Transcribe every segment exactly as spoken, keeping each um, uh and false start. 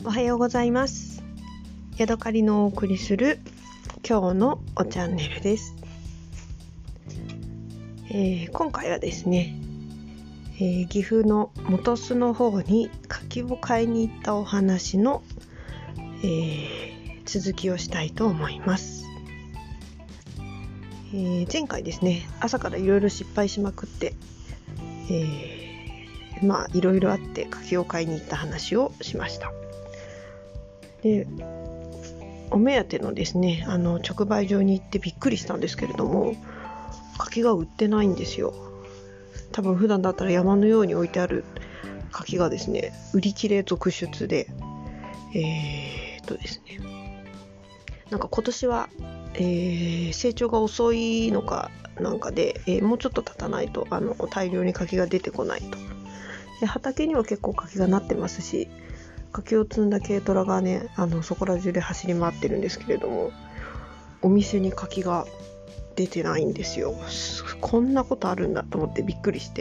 おはようございます。ヤドカリのお送りする今日のおチャンネルです。えー、今回はですね、えー、岐阜の本巣の方に柿を買いに行ったお話の、えー、続きをしたいと思います。えー、前回ですね、朝からいろいろ失敗しまくって、えー、まあいろいろあって柿を買いに行った話をしました。でお目当てのですねあの直売所に行ってびっくりしたんですけれども、柿が売ってないんですよ。多分普段だったら山のように置いてある柿がですね、売り切れ続出で、えー、っとですねなんか今年は、えー、成長が遅いのかなんかで、えー、もうちょっと経たないとあの大量に柿が出てこないと。で畑には結構柿がなってますし、柿を積んだ軽トラがね、あのそこら中で走り回ってるんですけれども、お店に柿が出てないんですよ。こんなことあるんだと思ってびっくりして、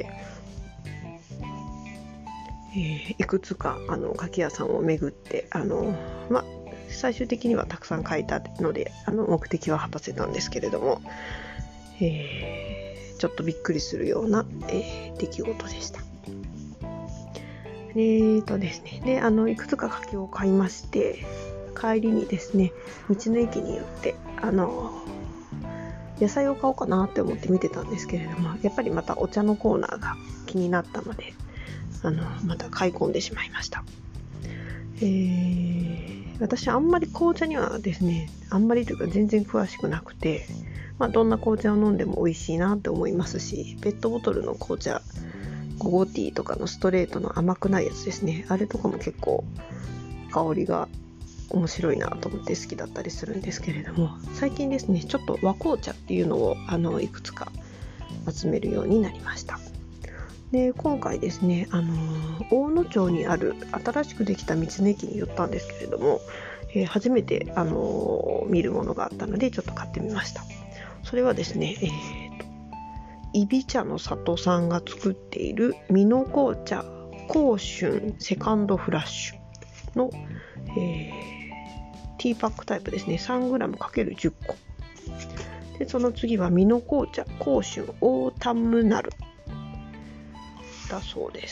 えー、いくつかあの柿屋さんを巡ってあの、ま、最終的にはたくさん買えたのであの目的は果たせたんですけれども、えー、ちょっとびっくりするような、えー、出来事でした。えーとですね、であのいくつか柿を買いまして、帰りにですね道の駅に寄ってあの野菜を買おうかなって思って見てたんですけれども、やっぱりまたお茶のコーナーが気になったのであのまた買い込んでしまいました。えー、私あんまり紅茶にはですねあんまりというか全然詳しくなくて、まあ、どんな紅茶を飲んでも美味しいなって思いますし、ペットボトルの紅茶ゴゴティーとかのストレートの甘くないやつですね、あれとかも結構香りが面白いなと思って好きだったりするんですけれども、最近ですねちょっと和紅茶っていうのをあのいくつか集めるようになりました。で今回ですねあの大野町にある新しくできた道の駅に寄ったんですけれども、えー、初めてあの見るものがあったのでちょっと買ってみました。それはですね、えーいび茶の里さんが作っている美濃紅茶香春セカンドフラッシュの、えー、ティーパックタイプですね。 さんグラムかけるじゅっこで、その次は美濃紅茶香春オータムナルだそうです。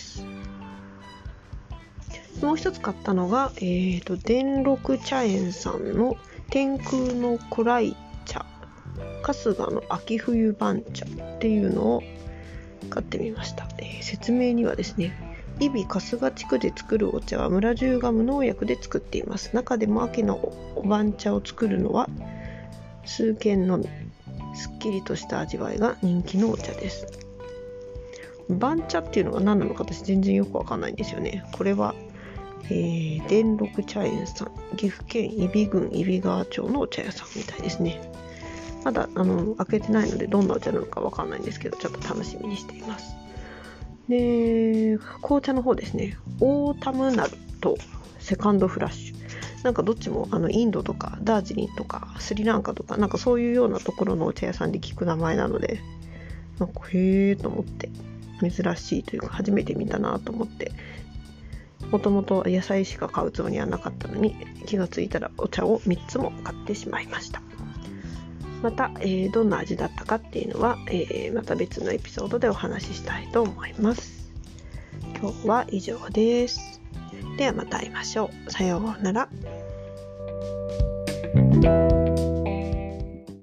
もう一つ買ったのが、えーと、伝六茶園さんの天空の暗い茶春日の秋冬番茶っていうのを買ってみました。えー、説明にはですね、揖斐春日地区で作るお茶は村中が無農薬で作っています。中でも秋のお番茶を作るのは数軒のみ。すっきりとした味わいが人気のお茶です。番茶っていうのが何なのか私全然よくわかんないんですよね。これは、えー、伝六茶園さん、岐阜県揖斐郡揖斐川町のお茶屋さんみたいですね。まだあの開けてないのでどんなお茶なのかわかんないんですけど、ちょっと楽しみにしています。で紅茶の方ですね、オータムナルとセカンドフラッシュ、なんかどっちもあのインドとかダージリンとかスリランカとかなんかそういうようなところのお茶屋さんで聞く名前なので、なんかへーと思って、珍しいというか初めて見たなと思って、もともと野菜しか買うつもりはなかったのに気がついたらお茶をみっつも買ってしまいました。また、えー、どんな味だったかっていうのは、えー、また別のエピソードでお話ししたいと思います。今日は以上です。ではまた会いましょう。さようなら。